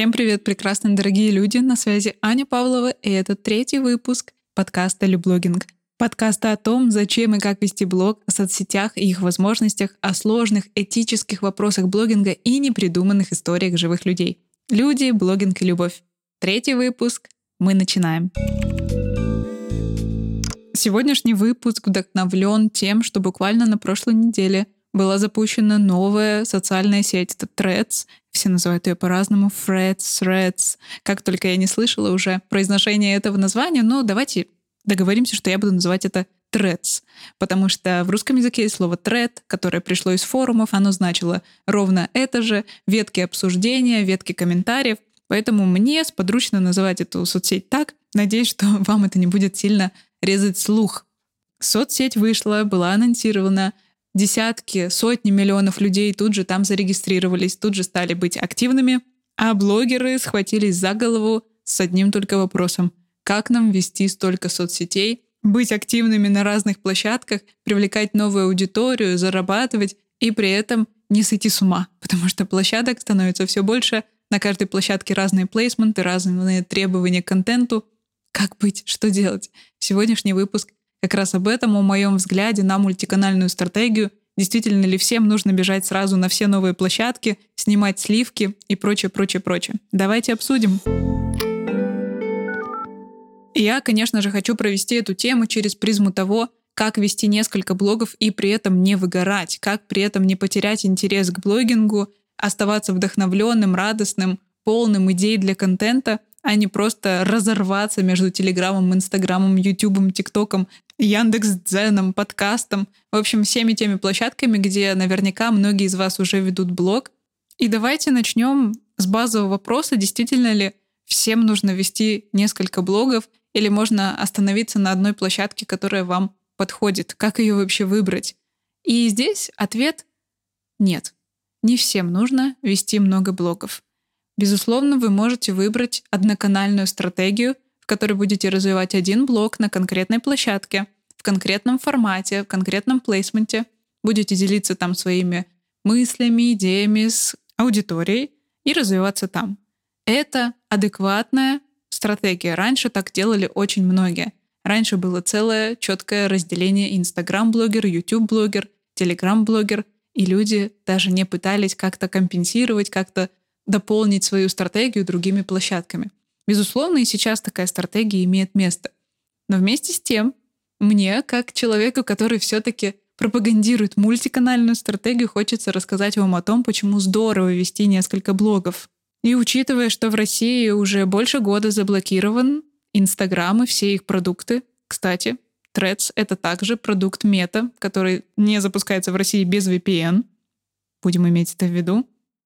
Всем привет, прекрасные дорогие люди! На связи Аня Павлова, и это 3-й выпуск подкаста «Люблогинг». Подкаста о том, зачем и как вести блог, о соцсетях и их возможностях, о сложных этических вопросах блогинга и непридуманных историях живых людей. Люди, блогинг и любовь. 3-й выпуск. Мы начинаем. Сегодняшний выпуск вдохновлен тем, что буквально на прошлой неделе была запущена новая социальная сеть. Это Threads. Все называют ее по-разному. Threads. Как только я не слышала уже произношение этого названия, но давайте договоримся, что я буду называть это Threads. Потому что в русском языке есть слово thread, которое пришло из форумов. Оно значило ровно это же. Ветки обсуждения, ветки комментариев. Поэтому мне сподручно называть эту соцсеть так. Надеюсь, что вам это не будет сильно резать слух. Соцсеть вышла, была анонсирована. Десятки, сотни миллионов людей тут же там зарегистрировались, тут же стали быть активными, а блогеры схватились за голову с одним только вопросом: как нам вести столько соцсетей, быть активными на разных площадках, привлекать новую аудиторию, зарабатывать и при этом не сойти с ума, потому что площадок становится все больше, на каждой площадке разные плейсменты, разные требования к контенту. Как быть, что делать? Сегодняшний выпуск как раз об этом, о моем взгляде на мультиканальную стратегию. Действительно ли всем нужно бежать сразу на все новые площадки, снимать сливки и прочее. Давайте обсудим. И я, конечно же, хочу провести эту тему через призму того, как вести несколько блогов и при этом не выгорать, как при этом не потерять интерес к блогингу, оставаться вдохновленным, радостным, полным идей для контента, а не просто разорваться между Телеграмом, Инстаграмом, Ютубом, ТикТоком, Яндекс.Дзеном, подкастом. В общем, всеми теми площадками, где наверняка многие из вас уже ведут блог. И давайте начнем с базового вопроса: действительно ли всем нужно вести несколько блогов, или можно остановиться на одной площадке, которая вам подходит? Как ее вообще выбрать? И здесь ответ — нет. Не всем нужно вести много блогов. Безусловно, вы можете выбрать одноканальную стратегию, в которой будете развивать один блог на конкретной площадке, в конкретном формате, в конкретном плейсменте, будете делиться там своими мыслями, идеями с аудиторией и развиваться там. Это адекватная стратегия. Раньше так делали очень многие. Раньше было целое четкое разделение: Инстаграм-блогер, Ютуб-блогер, Телеграм-блогер, и люди даже не пытались как-то компенсировать, как-то дополнить свою стратегию другими площадками. Безусловно, и сейчас такая стратегия имеет место. Но вместе с тем, мне, как человеку, который все-таки пропагандирует мультиканальную стратегию, хочется рассказать вам о том, почему здорово вести несколько блогов. И учитывая, что в России уже больше года заблокирован Инстаграм и все их продукты, кстати, Threads — это также продукт Мета, который не запускается в России без VPN. Будем иметь это в виду.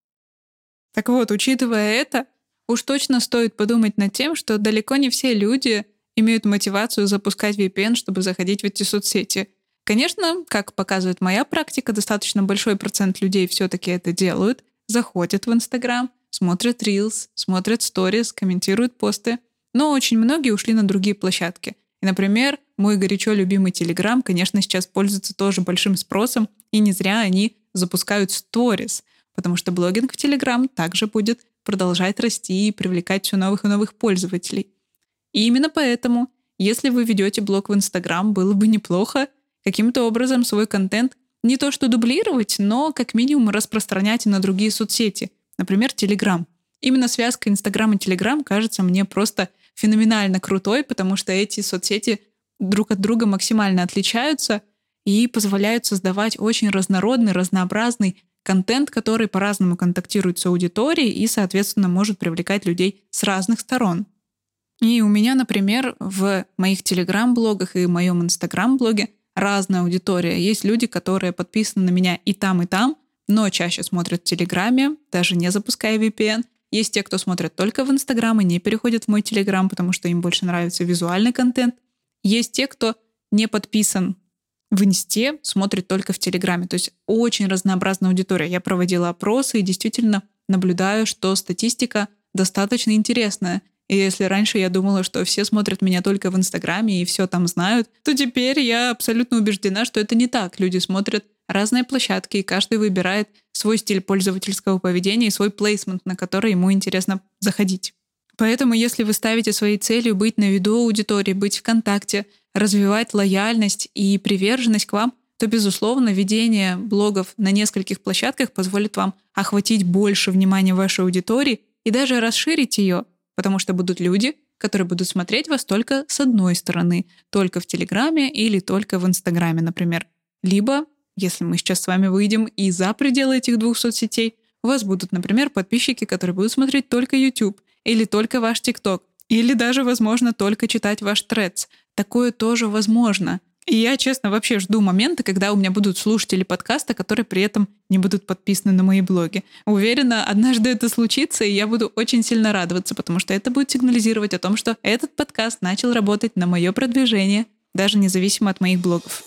Так вот, учитывая это, уж точно стоит подумать над тем, что далеко не все люди имеют мотивацию запускать VPN, чтобы заходить в эти соцсети. Конечно, как показывает моя практика, достаточно большой процент людей все-таки это делают, заходят в Инстаграм, смотрят Reels, смотрят Stories, комментируют посты, но очень многие ушли на другие площадки. И, например, мой горячо любимый Telegram, конечно, сейчас пользуется тоже большим спросом, и не зря они запускают Stories, потому что блогинг в Telegram также будет продолжать расти и привлекать все новых и новых пользователей. И именно поэтому, если вы ведете блог в Instagram, было бы неплохо каким-то образом свой контент не то что дублировать, но как минимум распространять и на другие соцсети, например, Telegram. Именно связка Instagram и Telegram кажется мне просто феноменально крутой, потому что эти соцсети друг от друга максимально отличаются и позволяют создавать очень разнородный, разнообразный контент, который по-разному контактирует с аудиторией и, соответственно, может привлекать людей с разных сторон. И у меня, например, в моих Telegram-блогах и моем Instagram-блоге разная аудитория. Есть люди, которые подписаны на меня и там, но чаще смотрят в Телеграме, даже не запуская VPN. Есть те, кто смотрят только в Инстаграм и не переходят в мой Телеграм, потому что им больше нравится визуальный контент. Есть те, кто не подписан в Инсте, смотрит только в Телеграме. То есть очень разнообразная аудитория. Я проводила опросы и действительно наблюдаю, что статистика достаточно интересная. И если раньше я думала, что все смотрят меня только в Инстаграме и все там знают, то теперь я абсолютно убеждена, что это не так. Люди смотрят разные площадки, и каждый выбирает свой стиль пользовательского поведения и свой плейсмент, на который ему интересно заходить. Поэтому, если вы ставите своей целью быть на виду аудитории, быть ВКонтакте, развивать лояльность и приверженность к вам, то, безусловно, ведение блогов на нескольких площадках позволит вам охватить больше внимания вашей аудитории и даже расширить ее, потому что будут люди, которые будут смотреть вас только с одной стороны, только в Телеграме или только в Инстаграме, например. Либо, если мы сейчас с вами выйдем и за пределы этих двух соцсетей, у вас будут, например, подписчики, которые будут смотреть только YouTube или только ваш TikTok, или даже, возможно, только читать ваш Threads. Такое тоже возможно. И я, честно, вообще жду момента, когда у меня будут слушатели подкаста, которые при этом не будут подписаны на мои блоги. Уверена, однажды это случится, и я буду очень сильно радоваться, потому что это будет сигнализировать о том, что этот подкаст начал работать на мое продвижение, даже независимо от моих блогов.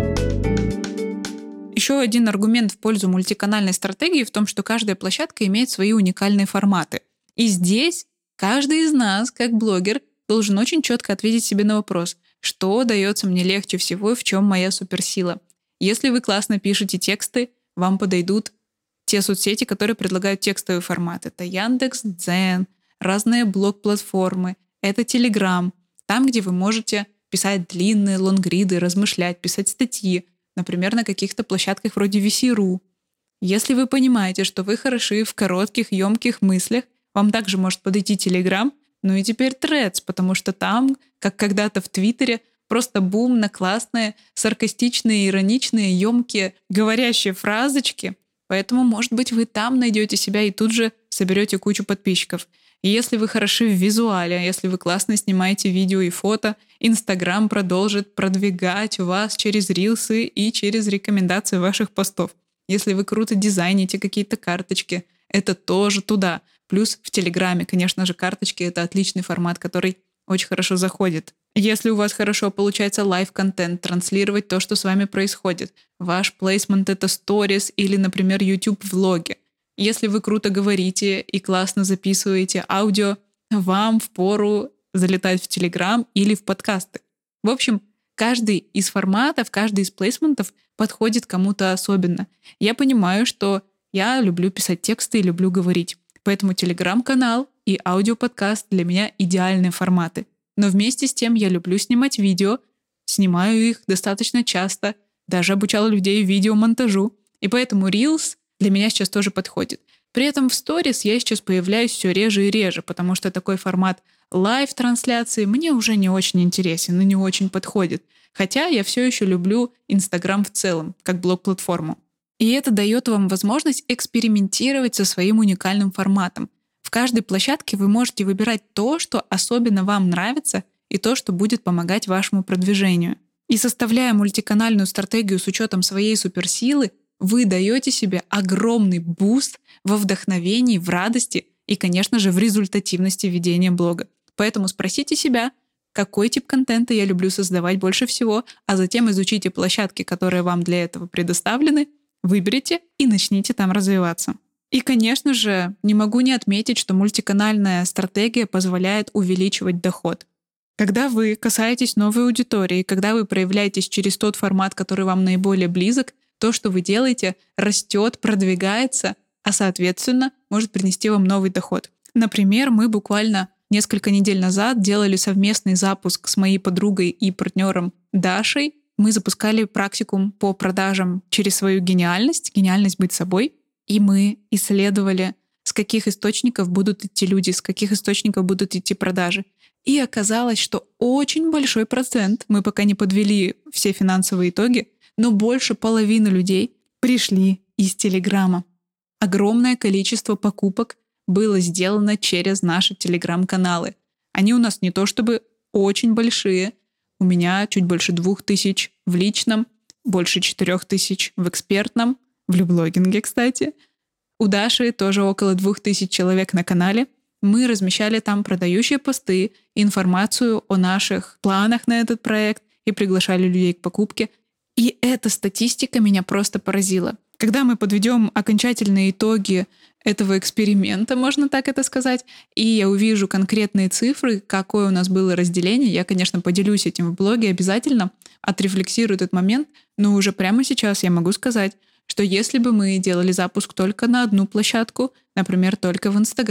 Еще один аргумент в пользу мультиканальной стратегии в том, что каждая площадка имеет свои уникальные форматы. И здесь каждый из нас, как блогер, должен очень четко ответить себе на вопрос, что дается мне легче всего и в чем моя суперсила. Если вы классно пишете тексты, вам подойдут те соцсети, которые предлагают текстовый формат. Это Яндекс.Дзен, разные блог-платформы, это Телеграм, там, где вы можете писать длинные лонгриды, размышлять, писать статьи, например, на каких-то площадках вроде VC.ru. Если вы понимаете, что вы хороши в коротких, емких мыслях, вам также может подойти Telegram, ну и теперь Threads, потому что там, как когда-то в Твиттере, просто бум на классные, саркастичные, ироничные, емкие, говорящие фразочки. Поэтому, может быть, вы там найдете себя и тут же соберете кучу подписчиков. И если вы хороши в визуале, если вы классно снимаете видео и фото, Инстаграм продолжит продвигать вас через рилсы и через рекомендации ваших постов. Если вы круто дизайните какие-то карточки, это тоже туда. Плюс в Телеграме, конечно же, карточки — это отличный формат, который очень хорошо заходит. Если у вас хорошо получается лайв-контент, транслировать то, что с вами происходит, ваш плейсмент — это сторис или, например, YouTube-влоги. Если вы круто говорите и классно записываете аудио, вам впору залетать в Телеграм или в подкасты. В общем, каждый из форматов, каждый из плейсментов подходит кому-то особенно. Я понимаю, что я люблю писать тексты и люблю говорить. Поэтому Телеграм-канал и аудиоподкаст для меня идеальные форматы. Но вместе с тем я люблю снимать видео, снимаю их достаточно часто, даже обучала людей видеомонтажу. И поэтому Reels для меня сейчас тоже подходит. При этом в сторис я сейчас появляюсь все реже и реже, потому что такой формат лайв-трансляции мне уже не очень интересен и не очень подходит. Хотя я все еще люблю Инстаграм в целом, как блог-платформу. И это дает вам возможность экспериментировать со своим уникальным форматом. В каждой площадке вы можете выбирать то, что особенно вам нравится, и то, что будет помогать вашему продвижению. И составляя мультиканальную стратегию с учетом своей суперсилы, вы даете себе огромный буст во вдохновении, в радости и, конечно же, в результативности ведения блога. Поэтому спросите себя, какой тип контента я люблю создавать больше всего, а затем изучите площадки, которые вам для этого предоставлены, выберите и начните там развиваться. И, конечно же, не могу не отметить, что мультиканальная стратегия позволяет увеличивать доход. Когда вы касаетесь новой аудитории, когда вы проявляетесь через тот формат, который вам наиболее близок, то, что вы делаете, растет, продвигается, а, соответственно, может принести вам новый доход. Например, мы буквально несколько недель назад делали совместный запуск с моей подругой и партнером Дашей. Мы запускали практикум по продажам через свою гениальность быть собой, и мы исследовали, с каких источников будут идти люди, с каких источников будут идти продажи. И оказалось, что очень большой процент, мы пока не подвели все финансовые итоги, но больше половины людей пришли из Телеграма. Огромное количество покупок было сделано через наши Телеграм-каналы. Они у нас не то чтобы очень большие, у меня чуть больше 2000 в личном, больше 4000 в экспертном, в люблогинге, кстати. У Даши тоже около 2000 человек на канале. Мы размещали там продающие посты, информацию о наших планах на этот проект и приглашали людей к покупке. И эта статистика меня просто поразила. Когда мы подведем окончательные итоги этого эксперимента, можно так это сказать, и я увижу конкретные цифры, какое у нас было разделение, я, конечно, поделюсь этим в блоге обязательно, отрефлексирую этот момент, но уже прямо сейчас я могу сказать, что если бы мы делали запуск только на одну площадку, например, только в Инстаграм,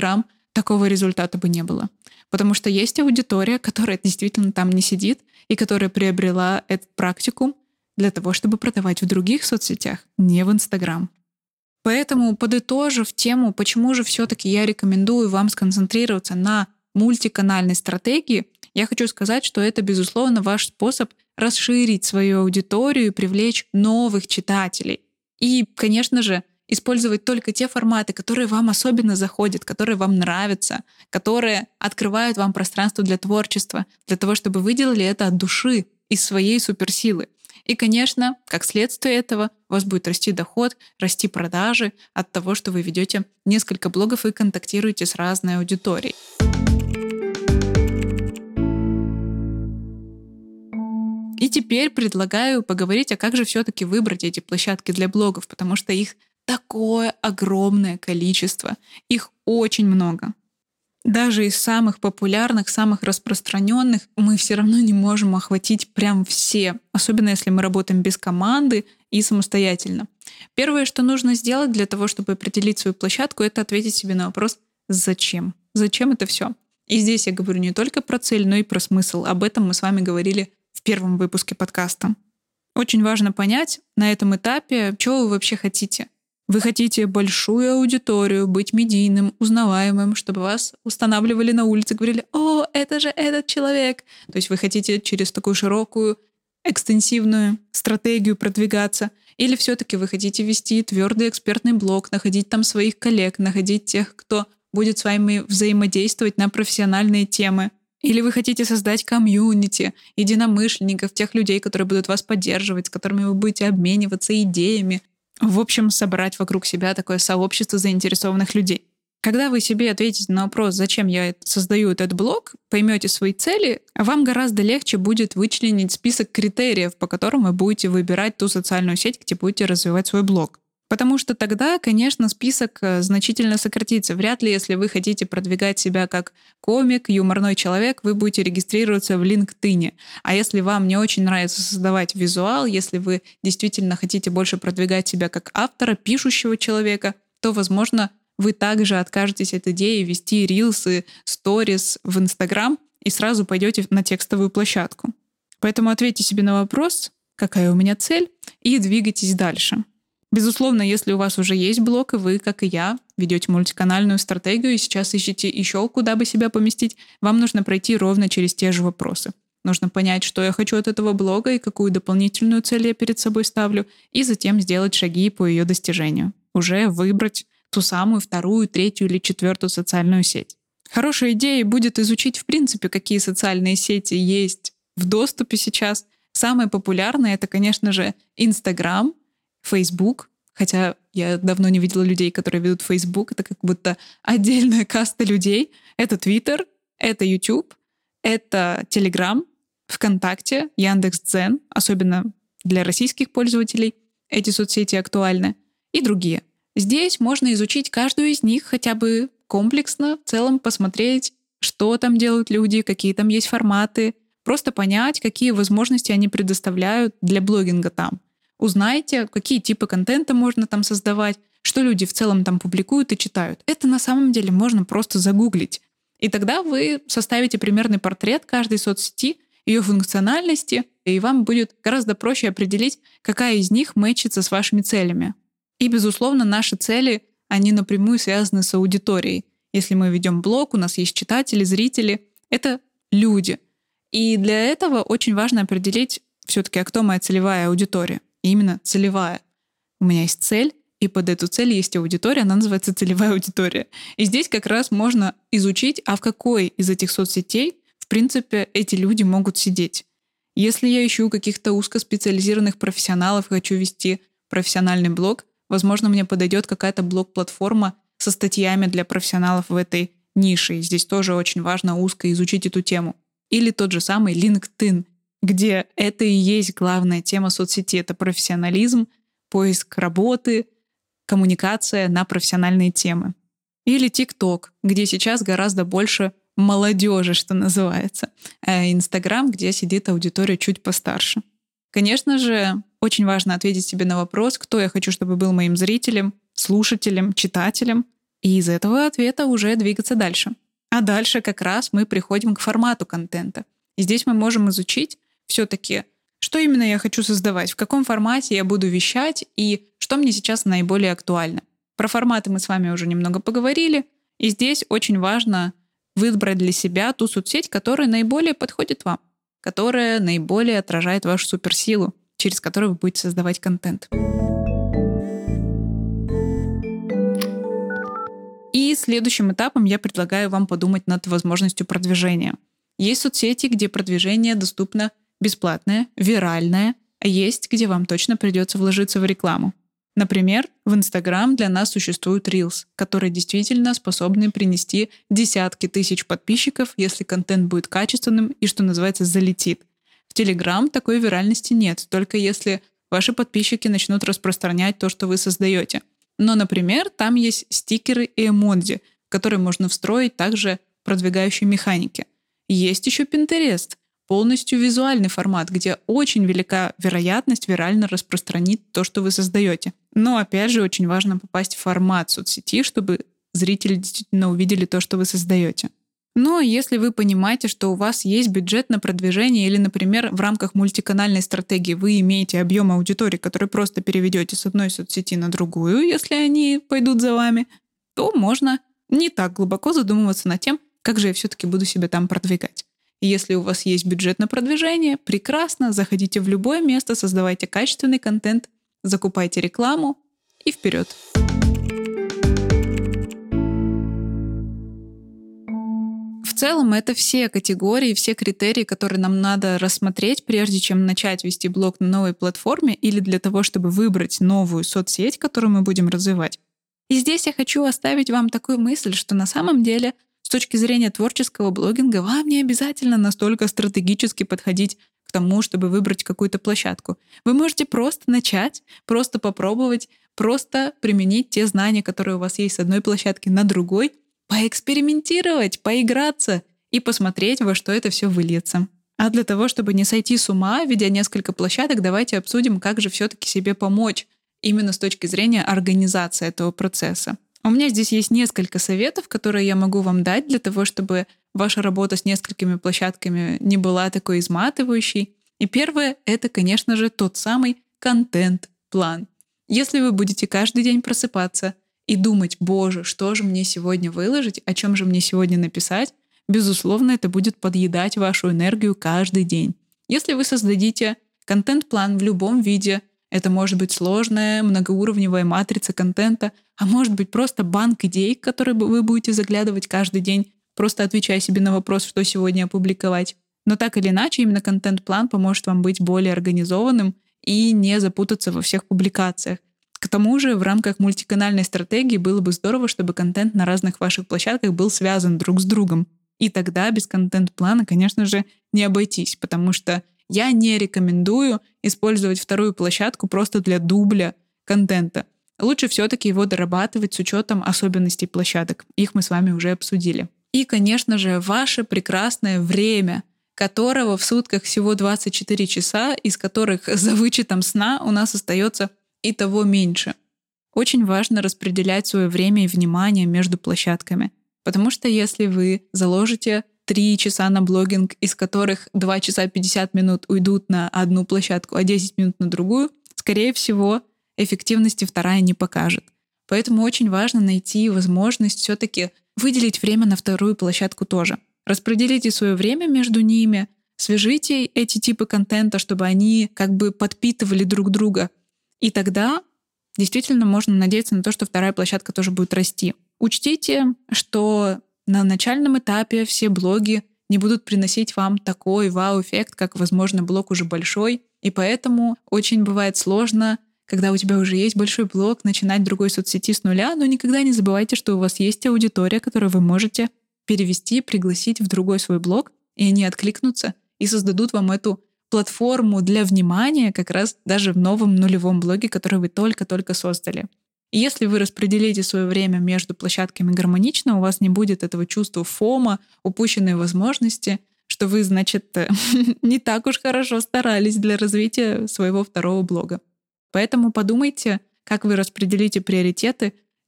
такого результата бы не было. Потому что есть аудитория, которая действительно там не сидит и которая приобрела этот практикум для того, чтобы продавать в других соцсетях, не в Инстаграм. Поэтому, подытожив тему, почему же все-таки я рекомендую вам сконцентрироваться на мультиканальной стратегии, я хочу сказать, что это, безусловно, ваш способ расширить свою аудиторию и привлечь новых читателей. И, конечно же, использовать только те форматы, которые вам особенно заходят, которые вам нравятся, которые открывают вам пространство для творчества, для того, чтобы вы делали это от души, из своей суперсилы. И, конечно, как следствие этого у вас будет расти доход, расти продажи от того, что вы ведете несколько блогов и контактируете с разной аудиторией. И теперь предлагаю поговорить, а как же все-таки выбрать эти площадки для блогов, потому что их такое огромное количество, их очень много. Даже из самых популярных, самых распространенных мы все равно не можем охватить прям все, особенно если мы работаем без команды и самостоятельно. Первое, что нужно сделать для того, чтобы определить свою площадку, это ответить себе на вопрос «Зачем?». Зачем это все? И здесь я говорю не только про цель, но и про смысл. Об этом мы с вами говорили в первом выпуске подкаста. Очень важно понять на этом этапе, чего вы вообще хотите. Вы хотите большую аудиторию, быть медийным, узнаваемым, чтобы вас устанавливали на улице, говорили: «О, это же этот человек». То есть вы хотите через такую широкую, экстенсивную стратегию продвигаться. Или все-таки вы хотите вести твердый экспертный блог, находить там своих коллег, находить тех, кто будет с вами взаимодействовать на профессиональные темы. Или вы хотите создать комьюнити, единомышленников, тех людей, которые будут вас поддерживать, с которыми вы будете обмениваться идеями. В общем, собрать вокруг себя такое сообщество заинтересованных людей. Когда вы себе ответите на вопрос, зачем я создаю этот блог, поймете свои цели, вам гораздо легче будет вычленить список критериев, по которым вы будете выбирать ту социальную сеть, где будете развивать свой блог. Потому что тогда, конечно, список значительно сократится. Вряд ли, если вы хотите продвигать себя как комик, юморной человек, вы будете регистрироваться в LinkedIn. А если вам не очень нравится создавать визуал, если вы действительно хотите больше продвигать себя как автора, пишущего человека, то, возможно, вы также откажетесь от идеи вести рилсы, сторис в Instagram и сразу пойдете на текстовую площадку. Поэтому ответьте себе на вопрос, какая у меня цель, и двигайтесь дальше. Безусловно, если у вас уже есть блог, и вы, как и я, ведете мультиканальную стратегию и сейчас ищете еще куда бы себя поместить, вам нужно пройти ровно через те же вопросы. Нужно понять, что я хочу от этого блога и какую дополнительную цель я перед собой ставлю, и затем сделать шаги по ее достижению. Уже выбрать ту самую вторую, третью или четвертую социальную сеть. Хорошей идеей будет изучить, в принципе, какие социальные сети есть в доступе сейчас. Самые популярные — это, конечно же, Instagram, Facebook, хотя я давно не видела людей, которые ведут Facebook, это как будто отдельная каста людей. Это Twitter, это YouTube, это Telegram, ВКонтакте, Яндекс.Дзен, особенно для российских пользователей эти соцсети актуальны, и другие. Здесь можно изучить каждую из них хотя бы комплексно, в целом посмотреть, что там делают люди, какие там есть форматы, просто понять, какие возможности они предоставляют для блогинга там. Узнайте, какие типы контента можно там создавать, что люди в целом там публикуют и читают. Это на самом деле можно просто загуглить. И тогда вы составите примерный портрет каждой соцсети, ее функциональности, и вам будет гораздо проще определить, какая из них мэчится с вашими целями. И, безусловно, наши цели, они напрямую связаны с аудиторией. Если мы ведем блог, у нас есть читатели, зрители, это люди. И для этого очень важно определить все-таки, кто моя целевая аудитория. И именно целевая. У меня есть цель, и под эту цель есть аудитория, она называется целевая аудитория. И здесь как раз можно изучить, а в какой из этих соцсетей, в принципе, эти люди могут сидеть. Если я ищу каких-то узкоспециализированных профессионалов, хочу вести профессиональный блог, возможно, мне подойдет какая-то блог-платформа со статьями для профессионалов в этой нише. И здесь тоже очень важно узко изучить эту тему. Или тот же самый LinkedIn, где это и есть главная тема соцсети. Это профессионализм, поиск работы, коммуникация на профессиональные темы. Или TikTok, где сейчас гораздо больше молодежи, что называется. А Instagram, где сидит аудитория чуть постарше. Конечно же, очень важно ответить себе на вопрос, кто я хочу, чтобы был моим зрителем, слушателем, читателем. И из этого ответа уже двигаться дальше. А дальше как раз мы приходим к формату контента. И здесь мы можем изучить все-таки, что именно я хочу создавать, в каком формате я буду вещать и что мне сейчас наиболее актуально. Про форматы мы с вами уже немного поговорили, и здесь очень важно выбрать для себя ту соцсеть, которая наиболее подходит вам, которая наиболее отражает вашу суперсилу, через которую вы будете создавать контент. И следующим этапом я предлагаю вам подумать над возможностью продвижения. Есть соцсети, где продвижение доступно бесплатное, виральное, а есть, где вам точно придется вложиться в рекламу. Например, в Instagram для нас существуют Reels, которые действительно способны принести десятки тысяч подписчиков, если контент будет качественным и, что называется, залетит. В Telegram такой виральности нет, только если ваши подписчики начнут распространять то, что вы создаете. Но, например, там есть стикеры и эмодзи, которые можно встроить также продвигающие механики. Есть еще Pinterest, полностью визуальный формат, где очень велика вероятность вирально распространить то, что вы создаете. Но, опять же, очень важно попасть в формат соцсети, чтобы зрители действительно увидели то, что вы создаете. Но если вы понимаете, что у вас есть бюджет на продвижение или, например, в рамках мультиканальной стратегии вы имеете объем аудитории, который просто переведете с одной соцсети на другую, если они пойдут за вами, то можно не так глубоко задумываться над тем, как же я все-таки буду себя там продвигать. И если у вас есть бюджет на продвижение, прекрасно, заходите в любое место, создавайте качественный контент, закупайте рекламу и вперед. В целом, это все категории, все критерии, которые нам надо рассмотреть, прежде чем начать вести блог на новой платформе или для того, чтобы выбрать новую соцсеть, которую мы будем развивать. И здесь я хочу оставить вам такую мысль, что на самом деле с точки зрения творческого блогинга вам не обязательно настолько стратегически подходить к тому, чтобы выбрать какую-то площадку. Вы можете просто начать, просто попробовать, просто применить те знания, которые у вас есть с одной площадки на другой, поэкспериментировать, поиграться и посмотреть, во что это все выльется. А для того, чтобы не сойти с ума, ведя несколько площадок, давайте обсудим, как же все-таки себе помочь именно с точки зрения организации этого процесса. У меня здесь есть несколько советов, которые я могу вам дать для того, чтобы ваша работа с несколькими площадками не была такой изматывающей. И первое — это, конечно же, тот самый контент-план. Если вы будете каждый день просыпаться и думать: «Боже, что же мне сегодня выложить, о чем же мне сегодня написать», безусловно, это будет подъедать вашу энергию каждый день. Если вы создадите контент-план в любом виде, это может быть сложная, многоуровневая матрица контента, а может быть просто банк идей, в которые вы будете заглядывать каждый день, просто отвечая себе на вопрос, что сегодня опубликовать. Но так или иначе, именно контент-план поможет вам быть более организованным и не запутаться во всех публикациях. К тому же в рамках мультиканальной стратегии было бы здорово, чтобы контент на разных ваших площадках был связан друг с другом. И тогда без контент-плана, конечно же, не обойтись, потому что я не рекомендую использовать вторую площадку просто для дубля контента. Лучше все-таки его дорабатывать с учетом особенностей площадок. Их мы с вами уже обсудили. И, конечно же, ваше прекрасное время, которого в сутках всего 24 часа, из которых за вычетом сна у нас остается и того меньше. Очень важно распределять свое время и внимание между площадками. Потому что если вы заложите 3 часа на блогинг, из которых 2 часа 50 минут уйдут на одну площадку, а 10 минут на другую, скорее всего, эффективности вторая не покажет. Поэтому очень важно найти возможность все-таки выделить время на вторую площадку тоже. Распределите свое время между ними, свяжите эти типы контента, чтобы они как бы подпитывали друг друга. И тогда действительно можно надеяться на то, что вторая площадка тоже будет расти. Учтите, что на начальном этапе все блоги не будут приносить вам такой вау-эффект, как, возможно, блог уже большой. И поэтому очень бывает сложно, когда у тебя уже есть большой блог, начинать в другой соцсети с нуля, но никогда не забывайте, что у вас есть аудитория, которую вы можете перевести, пригласить в другой свой блог, и они откликнутся и создадут вам эту платформу для внимания как раз даже в новом нулевом блоге, который вы только-только создали. И если вы распределите свое время между площадками гармонично, у вас не будет этого чувства фома, упущенной возможности, что вы, значит, не так уж хорошо старались для развития своего второго блога. Поэтому подумайте, как вы распределите приоритеты,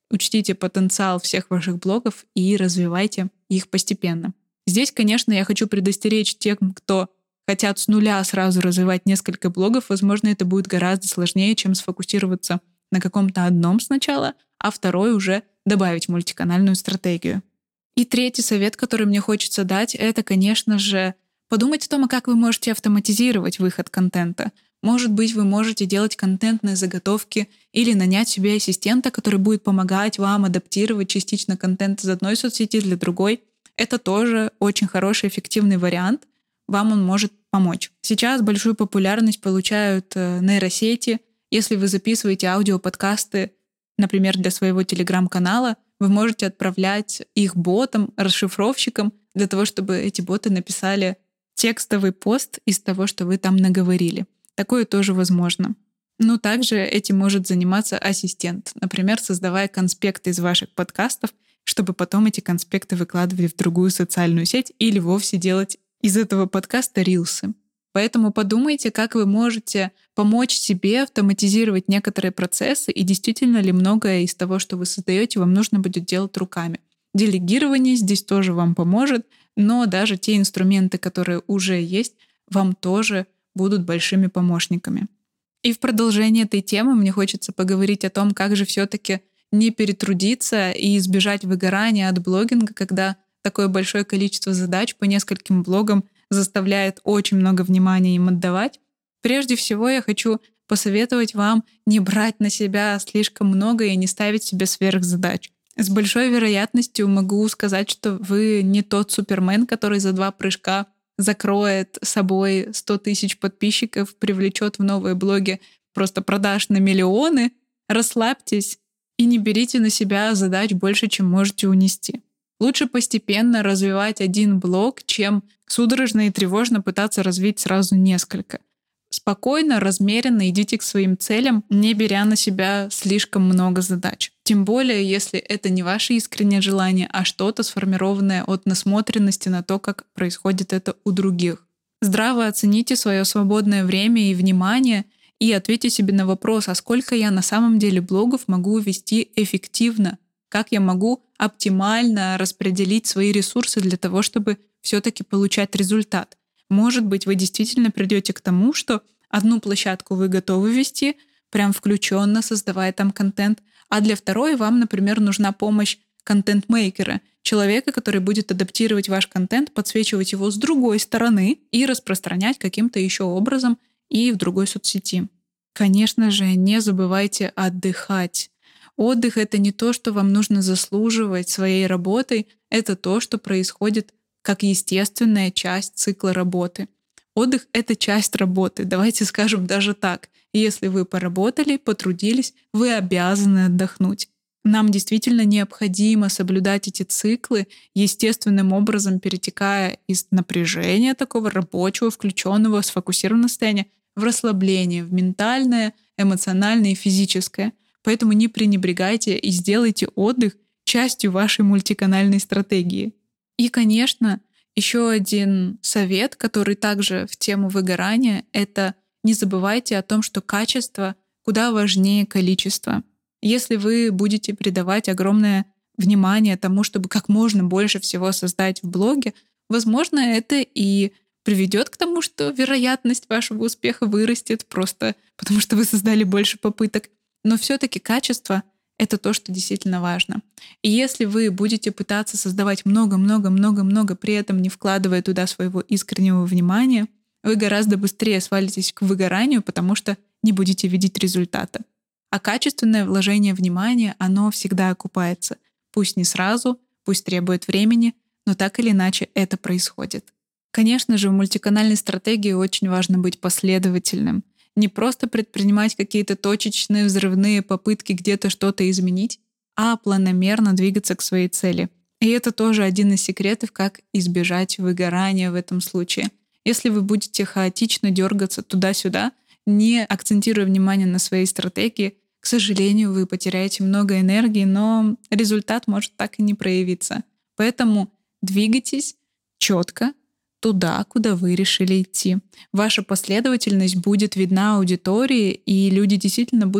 Учтите потенциал всех ваших блогов и развивайте их постепенно. Здесь, конечно, я хочу предостеречь тех, кто хотят с нуля сразу развивать несколько блогов. Возможно, это будет гораздо сложнее, чем сфокусироваться на каком-то одном сначала, а второй уже добавить мультиканальную стратегию. И третий совет, который мне хочется дать, это, конечно же, подумать о том, как вы можете автоматизировать выход контента. Может быть, вы можете делать контентные заготовки или нанять себе ассистента, который будет помогать вам адаптировать частично контент из одной соцсети для другой. Это тоже очень хороший, эффективный вариант. Вам он может помочь. Сейчас большую популярность получают нейросети. Если вы записываете аудиоподкасты, например, для своего телеграм-канала, вы можете отправлять их ботам, расшифровщикам, для того, чтобы эти боты написали текстовый пост из того, что вы там наговорили. Такое тоже возможно. Но также этим может заниматься ассистент, например, создавая конспекты из ваших подкастов, чтобы потом эти конспекты выкладывали в другую социальную сеть или вовсе делать из этого подкаста рилсы. Поэтому подумайте, как вы можете помочь себе автоматизировать некоторые процессы, и действительно ли многое из того, что вы создаете, вам нужно будет делать руками. Делегирование здесь тоже вам поможет, но даже те инструменты, которые уже есть, вам тоже будут большими помощниками. И в продолжение этой темы мне хочется поговорить о том, как же все-таки не перетрудиться и избежать выгорания от блогинга, когда такое большое количество задач по нескольким блогам заставляет очень много внимания им отдавать. Прежде всего, я хочу посоветовать вам не брать на себя слишком много и не ставить себе сверхзадач. С большой вероятностью могу сказать, что вы не тот супермен, который за 2 прыжка закроет собой 100 тысяч подписчиков, привлечет в новые блоги просто продаж на миллионы. Расслабьтесь и не берите на себя задач больше, чем можете унести. Лучше постепенно развивать один блог, чем судорожно и тревожно пытаться развить сразу несколько. Спокойно, размеренно идите к своим целям, не беря на себя слишком много задач. Тем более, если это не ваше искреннее желание, а что-то сформированное от насмотренности на то, как происходит это у других. Здраво оцените свое свободное время и внимание и ответьте себе на вопрос, а сколько я на самом деле блогов могу вести эффективно, как я могу оптимально распределить свои ресурсы для того, чтобы все-таки получать результат. Может быть, вы действительно придете к тому, что одну площадку вы готовы вести, прям включенно создавая там контент, а для второй вам, например, нужна помощь контент-мейкера, человека, который будет адаптировать ваш контент, подсвечивать его с другой стороны и распространять каким-то еще образом и в другой соцсети. Конечно же, не забывайте отдыхать. Отдых — это не то, что вам нужно заслуживать своей работой, это то, что происходит как естественная часть цикла работы. Отдых — это часть работы, давайте скажем даже так. Если вы поработали, потрудились, вы обязаны отдохнуть. Нам действительно необходимо соблюдать эти циклы, естественным образом перетекая из напряжения такого рабочего, включенного, сфокусированного состояния в расслабление, в ментальное, эмоциональное и физическое. Поэтому не пренебрегайте и сделайте отдых частью вашей мультиканальной стратегии. И, конечно, еще один совет, который также в тему выгорания, это не забывайте о том, что качество куда важнее количества. Если вы будете придавать огромное внимание тому, чтобы как можно больше всего создать в блоге, возможно, это и приведет к тому, что вероятность вашего успеха вырастет просто потому, что вы создали больше попыток. Но все-таки качество — это то, что действительно важно. И если вы будете пытаться создавать много-много-много-много, при этом не вкладывая туда своего искреннего внимания, вы гораздо быстрее свалитесь к выгоранию, потому что не будете видеть результата. А качественное вложение внимания, оно всегда окупается. Пусть не сразу, пусть требует времени, но так или иначе это происходит. Конечно же, в мультиканальной стратегии очень важно быть последовательным. Не просто предпринимать какие-то точечные взрывные попытки где-то что-то изменить, а планомерно двигаться к своей цели. И это тоже один из секретов, как избежать выгорания в этом случае. Если вы будете хаотично дергаться туда-сюда, не акцентируя внимание на своей стратегии, к сожалению, вы потеряете много энергии, но результат может так и не проявиться. Поэтому двигайтесь четко туда, куда вы решили идти. Ваша последовательность будет видна аудитории, и люди действительно будут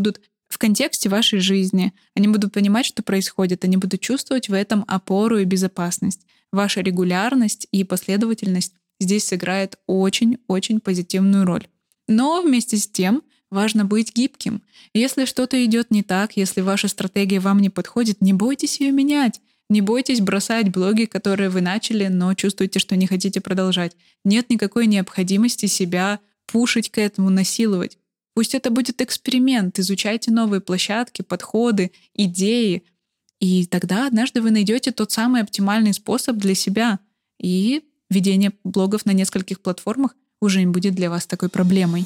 в контексте вашей жизни. Они будут понимать, что происходит, они будут чувствовать в этом опору и безопасность. Ваша регулярность и последовательность здесь сыграет очень-очень позитивную роль. Но вместе с тем важно быть гибким. Если что-то идет не так, если ваша стратегия вам не подходит, не бойтесь ее менять. Не бойтесь бросать блоги, которые вы начали, но чувствуете, что не хотите продолжать. Нет никакой необходимости себя пушить к этому, насиловать. Пусть это будет эксперимент, изучайте новые площадки, подходы, идеи, и тогда однажды вы найдете тот самый оптимальный способ для себя, и ведение блогов на нескольких платформах уже не будет для вас такой проблемой.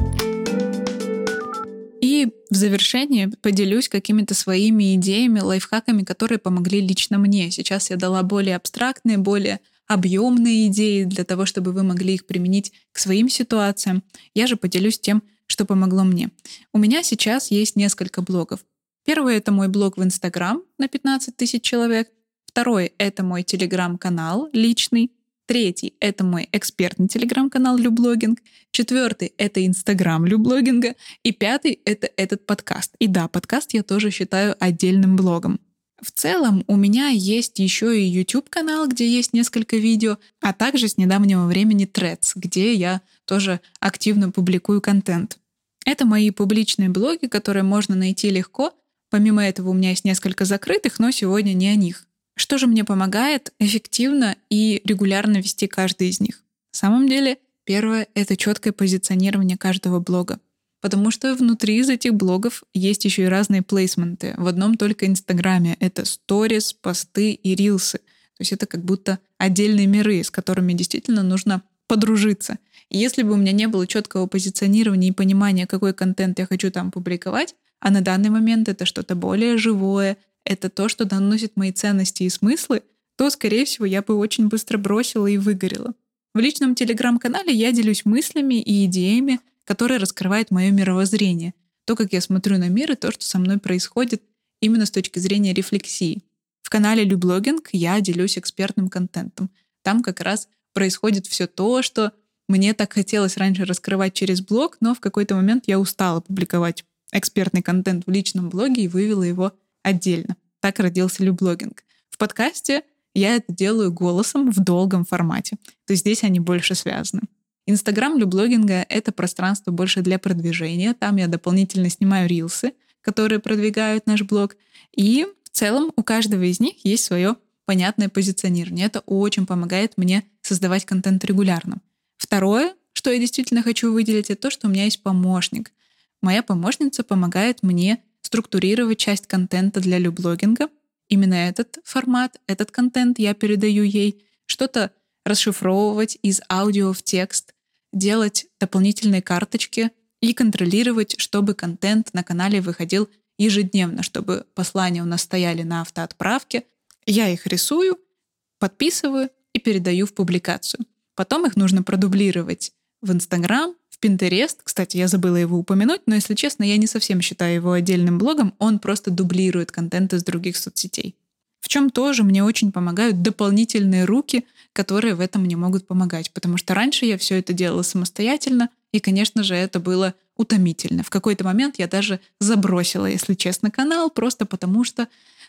И в завершение поделюсь какими-то своими идеями, лайфхаками, которые помогли лично мне. Сейчас я дала более абстрактные, более объемные идеи для того, чтобы вы могли их применить к своим ситуациям. Я же поделюсь тем, что помогло мне. У меня сейчас есть несколько блогов. Первый — это мой блог в Инстаграм на 15 тысяч человек. Второй — это мой Телеграм-канал личный. Третий — это мой экспертный Телеграм-канал Люблогинг. Четвертый — это Инстаграм Люблогинга. И пятый — это этот подкаст. И да, подкаст я тоже считаю отдельным блогом. В целом у меня есть еще и YouTube-канал, где есть несколько видео, а также с недавнего времени Threads, где я тоже активно публикую контент. Это мои публичные блоги, которые можно найти легко. Помимо этого у меня есть несколько закрытых, но сегодня не о них. Что же мне помогает эффективно и регулярно вести каждый из них? На самом деле, первое — это четкое позиционирование каждого блога. Потому что внутри из этих блогов есть еще и разные плейсменты. В одном только Инстаграме это сторис, посты и рилсы. То есть это как будто отдельные миры, с которыми действительно нужно подружиться. И если бы у меня не было четкого позиционирования и понимания, какой контент я хочу там публиковать, а на данный момент это что-то более живое, это то, что доносит мои ценности и смыслы, то, скорее всего, я бы очень быстро бросила и выгорела. В личном Телеграм-канале я делюсь мыслями и идеями, которые раскрывают мое мировоззрение, то, как я смотрю на мир и то, что со мной происходит именно с точки зрения рефлексии. В канале Люблогинг я делюсь экспертным контентом. Там как раз происходит все то, что мне так хотелось раньше раскрывать через блог, но в какой-то момент я устала публиковать экспертный контент в личном блоге и вывела его отдельно. Так родился Люблогинг. В подкасте я это делаю голосом в долгом формате. То есть здесь они больше связаны. Инстаграм Люблогинга — это пространство больше для продвижения. Там я дополнительно снимаю рилсы, которые продвигают наш блог. И в целом у каждого из них есть свое понятное позиционирование. Это очень помогает мне создавать контент регулярно. Второе, что я действительно хочу выделить, это то, что у меня есть помощник. Моя помощница помогает мне структурировать часть контента для Люблогинга. Именно этот формат, этот контент я передаю ей. Что-то расшифровывать из аудио в текст, делать дополнительные карточки и контролировать, чтобы контент на канале выходил ежедневно, чтобы послания у нас стояли на автоотправке. Я их рисую, подписываю и передаю в публикацию. Потом их нужно продублировать в Инстаграм, в Pinterest. Кстати, я забыла его упомянуть, но, если честно, я не совсем считаю его отдельным блогом, он просто дублирует контент из других соцсетей. В чем тоже мне очень помогают дополнительные руки, которые в этом мне могут помогать, потому что раньше я все это делала самостоятельно, и, конечно же, это было утомительно. В какой-то момент я даже забросила, если честно, канал, просто потому что,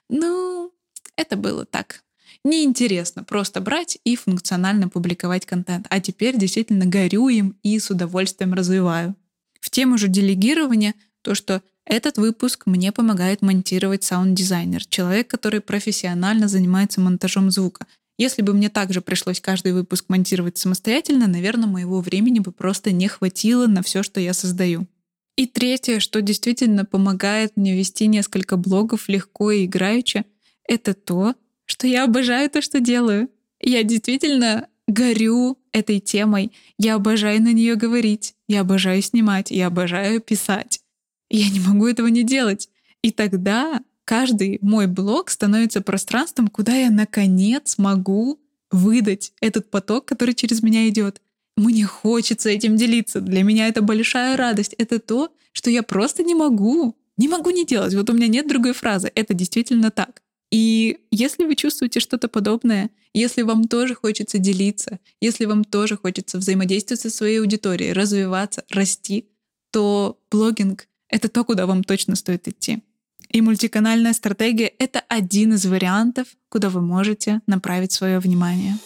это было так. Неинтересно просто брать и функционально публиковать контент. А теперь действительно горю им и с удовольствием развиваю. В тему же делегирования то, что этот выпуск мне помогает монтировать саунд-дизайнер, человек, который профессионально занимается монтажом звука. Если бы мне также пришлось каждый выпуск монтировать самостоятельно, наверное, моего времени бы просто не хватило на все, что я создаю. И третье, что действительно помогает мне вести несколько блогов легко и играюче, это то, что я обожаю то, что делаю. Я действительно горю этой темой, я обожаю на нее говорить, я обожаю снимать, я обожаю писать. Я не могу этого не делать. И тогда каждый мой блог становится пространством, куда я наконец могу выдать этот поток, который через меня идет. Мне хочется этим делиться. Для меня это большая радость. Это то, что я просто не могу не делать. Вот у меня нет другой фразы. Это действительно так. И если вы чувствуете что-то подобное, если вам тоже хочется делиться, если вам тоже хочется взаимодействовать со своей аудиторией, развиваться, расти, то блогинг — это то, куда вам точно стоит идти. И мультиканальная стратегия — это один из вариантов, куда вы можете направить свое внимание.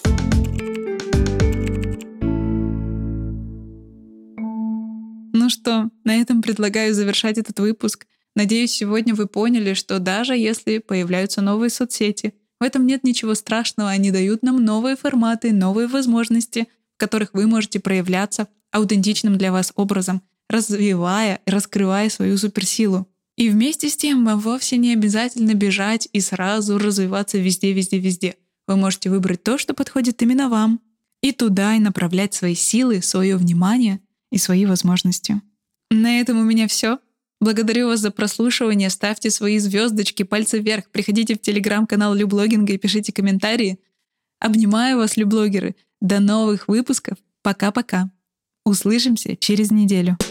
Ну что, на этом предлагаю завершать этот выпуск. Надеюсь, сегодня вы поняли, что даже если появляются новые соцсети, в этом нет ничего страшного, они дают нам новые форматы, новые возможности, в которых вы можете проявляться аутентичным для вас образом, развивая и раскрывая свою суперсилу. И вместе с тем вам вовсе не обязательно бежать и сразу развиваться везде. Вы можете выбрать то, что подходит именно вам, и туда и направлять свои силы, свое внимание и свои возможности. На этом у меня все. Благодарю вас за прослушивание. Ставьте свои звездочки, пальцы вверх. Приходите в телеграм-канал Люблогинга и пишите комментарии. Обнимаю вас, люблогеры. До новых выпусков. Пока-пока. Услышимся через неделю.